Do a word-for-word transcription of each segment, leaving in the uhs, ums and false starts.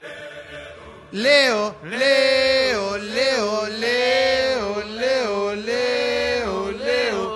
Leo, Leo, Leo, Leo, Leo, Leo, Leo,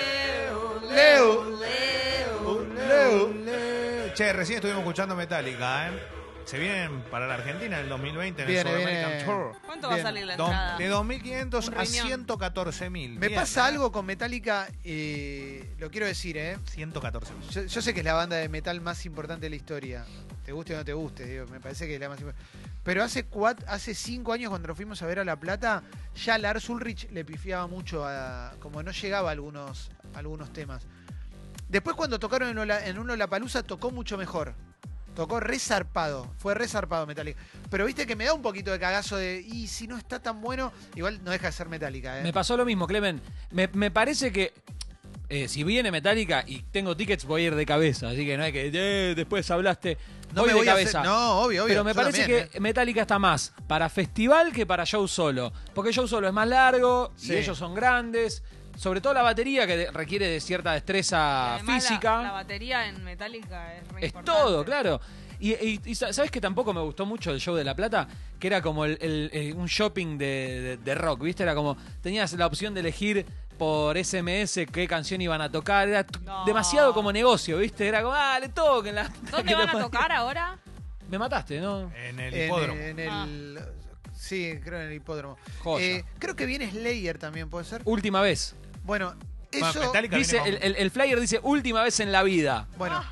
Leo, Leo, Leo, Leo. Che, recién estuvimos escuchando Metallica, ¿eh? Se vienen para la Argentina en el dos mil veinte en Viene, el South viene. American Tour. ¿Cuánto va a Bien. salir la Do- entrada? de dos mil quinientos Un a riñón. ciento catorce mil. Me pasa algo con Metallica, eh, lo quiero decir, ¿eh? ciento catorce mil. Yo, yo sé que es la banda de metal más importante de la historia. Te guste o no te guste, digo, me parece que es la más importante. Pero hace cuatro, hace cinco años cuando nos fuimos a ver a La Plata, ya Lars Ulrich le pifiaba mucho a. Como no llegaba a algunos, algunos temas. Después cuando tocaron en, Ola, en un Lollapalooza tocó mucho mejor. Tocó re zarpado, fue re zarpado Metallica. Pero viste que me da un poquito de cagazo de. Y si no está tan bueno, igual no deja de ser Metallica, ¿eh? Me pasó lo mismo, Clemen. Me, me parece que eh, si viene Metallica y tengo tickets, voy a ir de cabeza. Así que no hay que. Eh, después hablaste. No voy me de voy a cabeza. hacer- no, obvio, obvio. Pero me yo parece también, que ¿eh? Metallica está más para festival que para show solo. Porque show solo es más largo Sí. y ellos son grandes. Sobre todo la batería que de- requiere de cierta destreza Además, física. La, la batería en Metallica es re Es importante. todo, claro. Y, y- y sa- ¿sabes que tampoco me gustó mucho el show de La Plata? Que era como el- el- el- un shopping de, de- de rock, ¿viste? Era como, tenías la opción de elegir por S M S qué canción iban a tocar. Era t- No. demasiado como negocio, ¿viste? Era como, ah, le toquen la... ¿Dónde que van le a pon- tocar ahora? Me mataste, ¿no? En el En, hipódromo. en el. Sí, creo en el hipódromo. Joya. Eh, creo que viene Slayer también, ¿puede ser? Última vez. Bueno, Bueno, eso. Metallica Dice, viene el, con- el- el flyer dice, última vez en la vida. Bueno,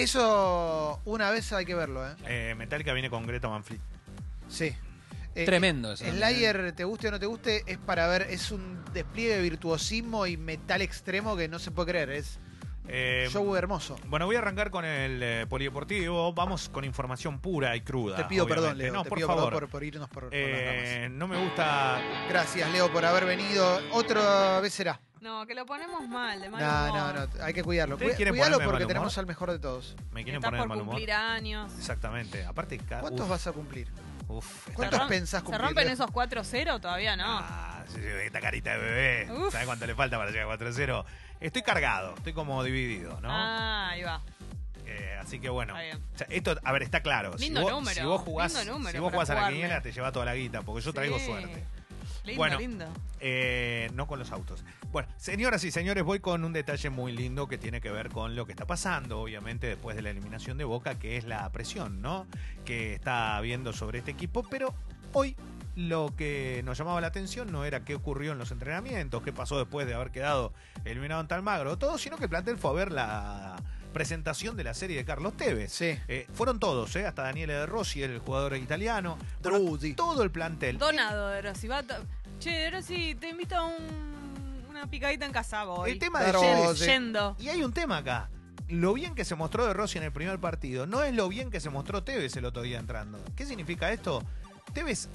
eso una vez hay que verlo, ¿eh? eh, Metallica viene con Greta Van Fleet. Sí. Eh, Tremendo eso. Slayer, te guste o no te guste, es para ver, es un despliegue de virtuosismo y metal extremo que no se puede creer. Es Eh, show hermoso. Bueno, voy a arrancar con el eh, polideportivo. Vamos con información pura y cruda. Te pido perdón, obviamente. Leo. No, te por pido favor. perdón por, por irnos por, por las Eh, ramas. no me gusta. Gracias, Leo, por haber venido. Otra vez será. No, que lo ponemos mal, de mal No, humor. no, no. Hay que cuidarlo. ¿Ustedes Cuí- quieren Cuidalo ponerme de porque mal tenemos humor? al mejor de todos. Me quieren Estás poner de por mal humor. cumplir años. Exactamente. Aparte, ca- ¿Cuántos uf, vas a cumplir? uf, esta ¿Cuántos ca- pensás ¿Se cumplir? rompen Leo? esos cuatro cero? Todavía no. Ah, sí, sí, esta carita de bebé. Uf. ¿Sabes cuánto le falta para llegar a cuatro cero? Estoy cargado, estoy como dividido, ¿no? Ah, ahí va. Eh, así que bueno. Está bien. O sea, esto, a ver, está claro. Lindo si vos, número, Si vos jugás, lindo número si vos para jugás a la jugarle. quiniela, te lleva toda la guita, porque yo traigo Sí. suerte. Lindo, Bueno. lindo. Eh, no con los autos. Bueno, señoras y señores, voy con un detalle muy lindo que tiene que ver con lo que está pasando, obviamente, después de la eliminación de Boca, que es la presión, ¿no? Que está habiendo sobre este equipo, pero hoy lo que nos llamaba la atención no era qué ocurrió en los entrenamientos, qué pasó después de haber quedado eliminado en Talmagro, todo, sino que el plantel fue a ver la presentación de la serie de Carlos Tevez. Sí. Eh, fueron todos, ¿eh? Hasta Daniele De Rossi, el jugador italiano. Druzzi. Todo el plantel. Donado de Rossi. Va to- Che, De Rossi, te invito a un... una picadita en casa voy. El tema de Claro, Tevez. sí. Yendo. Y hay un tema acá. Lo bien que se mostró De Rossi en el primer partido no es lo bien que se mostró Tevez el otro día entrando. ¿Qué significa esto? Tevez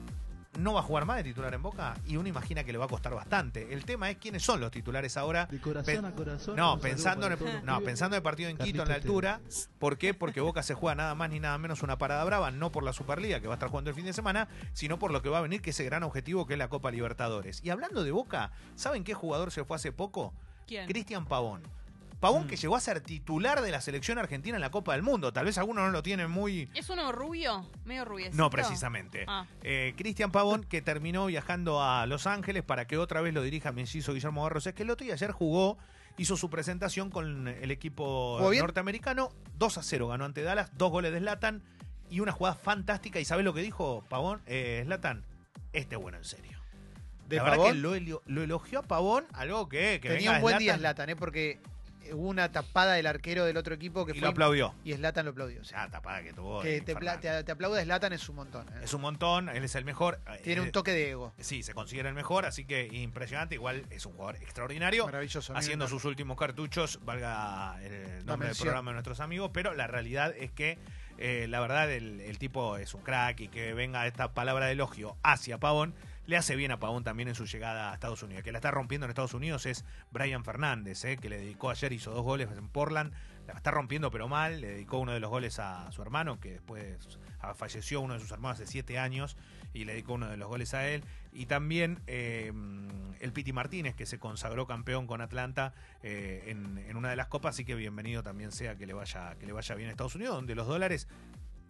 no va a jugar más de titular en Boca y uno imagina que le va a costar bastante. El tema es quiénes son los titulares ahora. De corazón Pen- a corazón. No, un pensando en, saludo para el, todos no, los pensando en el partido en Quito, en la Carlitos altura. ¿Por qué? Porque Boca se juega nada más ni nada menos una parada brava, no por la Superliga que va a estar jugando el fin de semana, sino por lo que va a venir, que es ese gran objetivo que es la Copa Libertadores. Y hablando de Boca, ¿saben qué jugador se fue hace poco? ¿Quién? Cristian Pavón. Pavón que llegó a ser titular de la selección argentina en la Copa del Mundo. Tal vez algunos no lo tienen muy... ¿Es uno rubio? Medio rubiecito. No, precisamente. Ah. Eh, Cristian Pavón, que terminó viajando a Los Ángeles para que otra vez lo dirija Mellizo Guillermo Barros Esqueloto, y ayer jugó, hizo su presentación con el equipo ¿Jugó bien? norteamericano. dos a cero ganó ante Dallas, dos goles de Zlatan y una jugada fantástica. ¿Y sabés lo que dijo Pavón? Eh, Zlatan, este es bueno en serio. ¿De La verdad Pavón? que lo, elio- lo elogió a Pavón, algo que, que Tenía venga un buen Zlatan, día Zlatan, ¿eh? Porque hubo una tapada del arquero del otro equipo que y fue. lo aplaudió. Y Zlatan lo aplaudió. O sí. sea, tapada que tuvo. Que eh, te, pla- infernal. te, te aplaude Zlatan es un montón. ¿eh? Es un montón, él es el mejor. Tiene Eh, un toque de ego. Sí, se considera el mejor, así que impresionante. Igual es un jugador extraordinario. Maravilloso. a mí me Haciendo encanta. sus últimos cartuchos, valga el nombre del mención. programa de nuestros amigos, pero la realidad es que eh, la verdad el, el tipo es un crack y que venga esta palabra de elogio hacia Pavón le hace bien a Pavón también en su llegada a Estados Unidos. Que la está rompiendo en Estados Unidos es Brian Fernández, eh, que le dedicó ayer, hizo dos goles en Portland, la está rompiendo pero mal, le dedicó uno de los goles a su hermano, que después ah, falleció uno de sus hermanos hace siete años, y le dedicó uno de los goles a él. Y también eh, el Piti Martínez, que se consagró campeón con Atlanta eh, en, en una de las copas, así que bienvenido también sea que le vaya, que le vaya bien a Estados Unidos, donde los dólares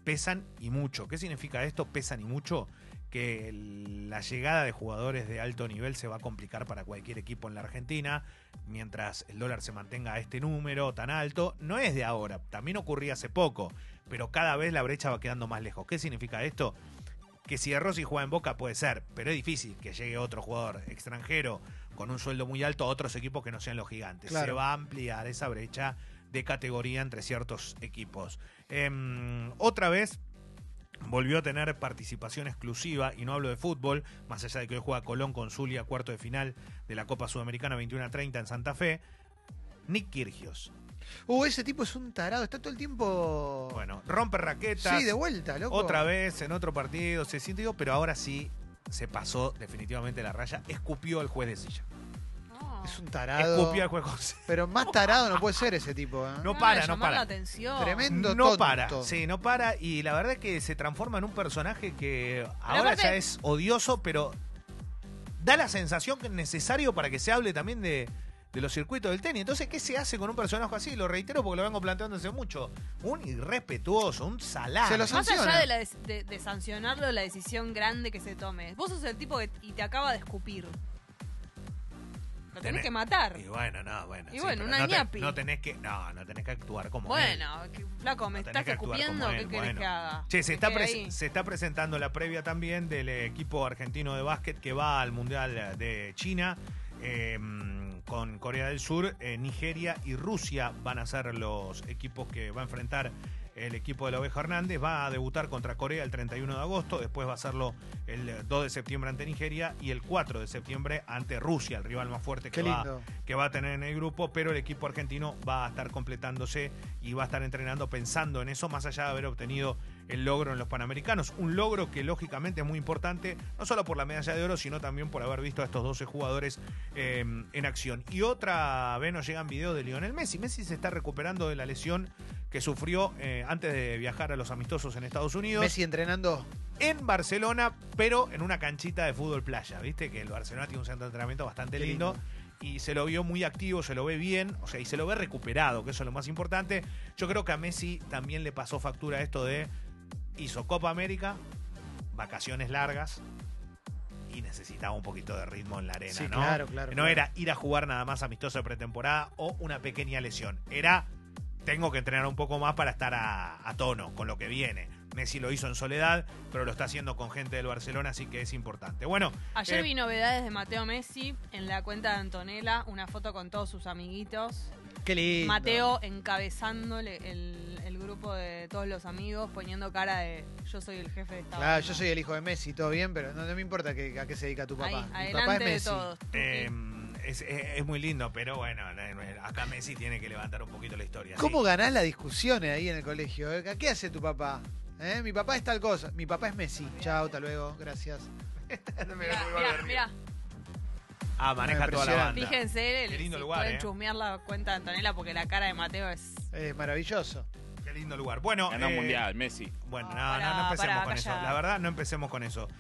pesan y mucho. ¿Qué significa esto? Pesan y mucho. Que el- la llegada de jugadores de alto nivel se va a complicar para cualquier equipo en la Argentina, mientras el dólar se mantenga a este número tan alto. No es de ahora, también ocurría hace poco, pero cada vez la brecha va quedando más lejos. ¿Qué significa esto? Que si De Rossi juega en Boca puede ser, pero es difícil que llegue otro jugador extranjero con un sueldo muy alto a otros equipos que no sean los gigantes. Claro. Se va a ampliar esa brecha de categoría entre ciertos equipos. Em, otra vez volvió a tener participación exclusiva, y no hablo de fútbol, más allá de que hoy juega Colón con Zulia, cuarto de final de la Copa Sudamericana veintiuno a treinta en Santa Fe. Nick Kyrgios. Uh, ese tipo es un tarado, está todo el tiempo. Bueno, rompe raquetas. Sí, de vuelta, loco. Otra vez en otro partido se sintió, pero ahora sí se pasó definitivamente la raya. Escupió al juez de silla. No. Es un tarado. Escupió al juez José. Pero más tarado no puede ser ese tipo, ¿eh? No No, para, de no llamar la para. atención. Tremendo No tonto. para, sí, no para. Y la verdad es que se transforma en un personaje que ahora aparte- ya es odioso, pero da la sensación que es necesario para que se hable también de, de los circuitos del tenis. Entonces, ¿qué se hace con un personaje así? Lo reitero porque lo vengo planteando hace mucho. Un irrespetuoso, un salado. Se lo Más sanciona. allá de, la des- de, de sancionarlo, la decisión grande que se tome. Vos sos el tipo que y te acaba de escupir. Lo tenés Tenés- que matar. Y bueno, no, bueno. Y sí, bueno, pero una no, te- ñapi. no tenés que, no, no tenés que actuar como él. Bueno, que- flaco, me No tenés estás que actuar escupiendo, como ¿qué él, querés bueno. que haga? Che, se Me está, quedé pres- ahí. se está presentando la previa también del equipo argentino de básquet que va al Mundial de China. eh, con Corea del Sur, eh, Nigeria y Rusia van a ser los equipos que va a enfrentar el equipo de la Oveja Hernández. Va a debutar contra Corea el treinta y uno de agosto, después va a hacerlo el dos de septiembre ante Nigeria y el cuatro de septiembre ante Rusia, el rival más fuerte que Qué va, lindo. que va a tener en el grupo, pero el equipo argentino va a estar completándose y va a estar entrenando pensando en eso, más allá de haber obtenido el logro en los Panamericanos. Un logro que lógicamente es muy importante, no solo por la medalla de oro, sino también por haber visto a estos doce jugadores eh, en acción. Y otra vez nos llegan videos de Lionel Messi. Messi se está recuperando de la lesión que sufrió eh, antes de viajar a los amistosos en Estados Unidos. Messi entrenando. En Barcelona, pero en una canchita de fútbol playa. Viste que el Barcelona tiene un centro de entrenamiento bastante Qué lindo. lindo. Y se lo vio muy activo, se lo ve bien, o sea, y se lo ve recuperado, que eso es lo más importante. Yo creo que a Messi también le pasó factura esto de hizo Copa América, vacaciones largas y necesitaba un poquito de ritmo en la arena, Sí, ¿no? claro, claro, No claro. era ir a jugar nada más amistoso de pretemporada o una pequeña lesión. Era tengo que entrenar un poco más para estar a, a tono con lo que viene. Messi lo hizo en soledad, pero lo está haciendo con gente del Barcelona, así que es importante. Bueno, Ayer eh, vi novedades de Mateo Messi en la cuenta de Antonella, una foto con todos sus amiguitos. Qué lindo. Mateo encabezándole el, el grupo de todos los amigos, poniendo cara de yo soy el jefe de esta Claro, banda. yo soy el hijo de Messi, todo bien, pero no, no me importa que, a qué se dedica tu papá. Ahí, Mi papá adelante es de Messi. todos. Tuki. eh, es, es- es muy lindo, pero bueno, acá Messi tiene que levantar un poquito la historia. ¿sí? ¿Cómo ganás las discusiones ahí en el colegio? eh? ¿Qué hace tu papá? ¿Eh? Mi papá es tal cosa. Mi papá es Messi. Chao, hasta luego. Gracias. Mirá, mirá, mirá. Ah, maneja toda la banda. Fíjense, Qué lindo si lugar, pueden eh. chusmear la cuenta de Antonella porque la cara de Mateo es... Es maravilloso. Qué lindo lugar. Bueno, Ganó eh, un mundial, Messi. Bueno, no, No, no, no pará, empecemos pará, con eso. callá. La verdad, no empecemos con eso.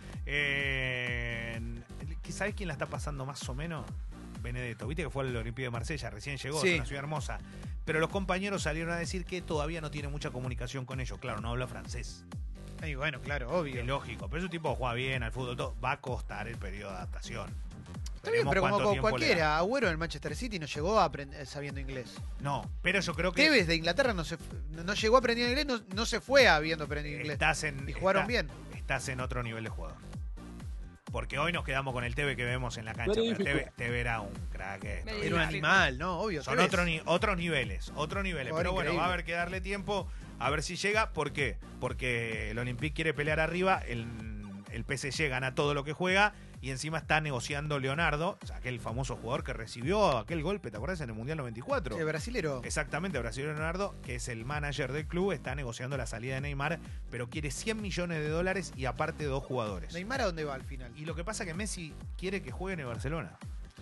Eh, ¿Sabés quién la está pasando más o menos? Benedetto. Viste que fue al Olympique de Marsella, recién llegó, Sí. es una ciudad hermosa. Pero los compañeros salieron a decir que todavía no tiene mucha comunicación con ellos. Claro, no habla francés. Y bueno, claro, obvio. Es lógico. Pero ese tipo juega bien al fútbol, todo. Va a costar el periodo de adaptación. Está bien, Veremos pero como cuánto con tiempo le cualquiera, da. Agüero en el Manchester City no llegó a aprend- sabiendo inglés. No, pero yo creo que Tevez de Inglaterra no, se fu- no no llegó a aprender inglés, no, no se fue habiendo aprendido inglés. estás en, Y jugaron está- bien. Estás en otro nivel de jugador. Porque hoy nos quedamos con el Teve que vemos en la cancha. Very Pero Teve, difficult. Teve era un crack. esto. Very Era un Sí. animal, ¿no? Obvio. Son Tevez. otro ni- otros niveles, otros niveles. Jugador Pero bueno, increíble. va a haber que darle tiempo a ver si llega. ¿Por qué? Porque el Olympique quiere pelear arriba, el, el P S G gana todo lo que juega y encima está negociando Leonardo, o sea, aquel famoso jugador que recibió aquel golpe, ¿te acuerdas? En el Mundial noventa y cuatro. El brasilero. Exactamente, Brasil Leonardo, que es el manager del club, está negociando la salida de Neymar, pero quiere cien millones de dólares y aparte dos jugadores. ¿Neymar a dónde va al final? Y lo que pasa es que Messi quiere que juegue en el Barcelona.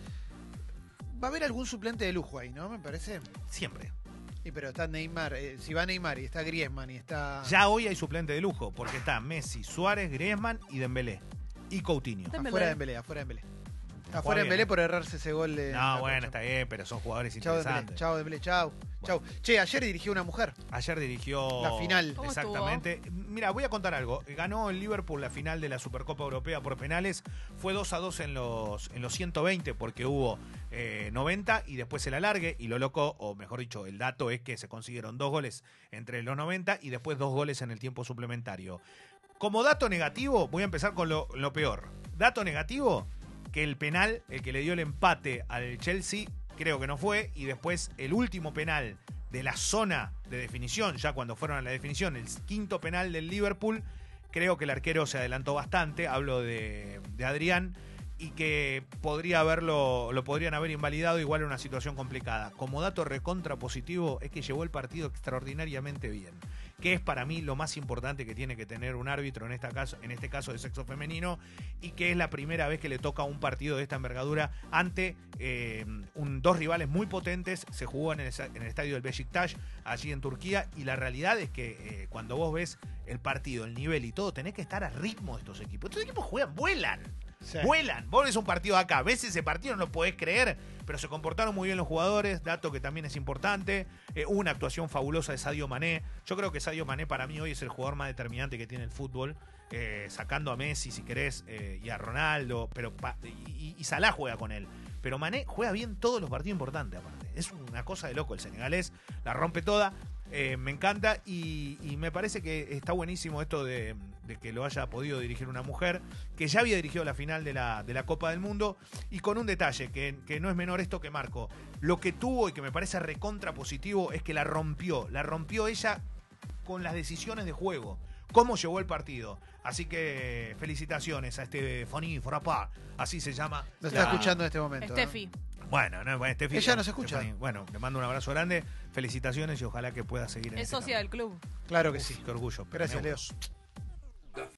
Va a haber algún suplente de lujo ahí, ¿no? Me parece. Siempre. Y pero está Neymar, eh, si va Neymar y está Griezmann y está... Ya hoy hay suplente de lujo, porque está Messi, Suárez, Griezmann y Dembélé. Y Coutinho. Dembélé. Afuera de Dembélé, afuera de Dembélé. Juega Afuera de bien, Dembélé ¿eh? por errarse ese gol de... No, la bueno, Copa. está bien, pero son jugadores Chao Dembélé, interesantes. chao Dembélé, chao. Chao. Che, ayer dirigió una mujer. Ayer dirigió... La final. ¿Cómo Exactamente. mira, voy a contar algo. Ganó el Liverpool la final de la Supercopa Europea por penales. Fue dos a dos en los, en los ciento veinte porque hubo eh, noventa y después el alargue. Y lo loco, o mejor dicho, el dato es que se consiguieron dos goles entre los noventa y después dos goles en el tiempo suplementario. Como dato negativo, voy a empezar con lo, lo peor. Dato negativo, que el penal, el que le dio el empate al Chelsea, creo que no fue. Y después el último penal de la zona de definición, ya cuando fueron a la definición, el quinto penal del Liverpool, creo que el arquero se adelantó bastante, hablo de, de Adrián, y que podría haberlo, lo podrían haber invalidado, igual en una situación complicada. Como dato recontra positivo es que llevó el partido extraordinariamente bien, que es para mí lo más importante que tiene que tener un árbitro en, esta caso, en este caso de sexo femenino, y que es la primera vez que le toca un partido de esta envergadura ante eh, un, dos rivales muy potentes. Se jugó en el, en el estadio del Beşiktaş, allí en Turquía, y la realidad es que eh, cuando vos ves el partido, el nivel y todo, tenés que estar a ritmo de estos equipos. Estos equipos juegan, vuelan. Sí. Vuelan, vos ves un partido acá, ves ese partido, no lo podés creer, pero se comportaron muy bien los jugadores, dato que también es importante. Eh, una actuación fabulosa de Sadio Mané. Yo creo que Sadio Mané para mí hoy es el jugador más determinante que tiene el fútbol, eh, sacando a Messi si querés, eh, y a Ronaldo, pero pa, y, y Salah juega con él. Pero Mané juega bien todos los partidos importantes aparte. Es una cosa de loco el senegalés, la rompe toda. Eh, me encanta y, y me parece que está buenísimo esto de, de que lo haya podido dirigir una mujer que ya había dirigido la final de la, de la Copa del Mundo, y con un detalle que, que no es menor esto que Marco. Lo que tuvo y que me parece recontra positivo es que la rompió, la rompió ella con las decisiones de juego, cómo llevó el partido. Así que felicitaciones a este Fonny Forapar, así se llama. Lo está escuchando en este momento. Steffi. ¿eh? Bueno, no, bueno, Steffi, ella nos escucha. Steffi, bueno, le mando un abrazo grande, felicitaciones y ojalá que pueda seguir en Es este socia camino. del club. Claro que Uf, sí. qué orgullo. Gracias, Leo.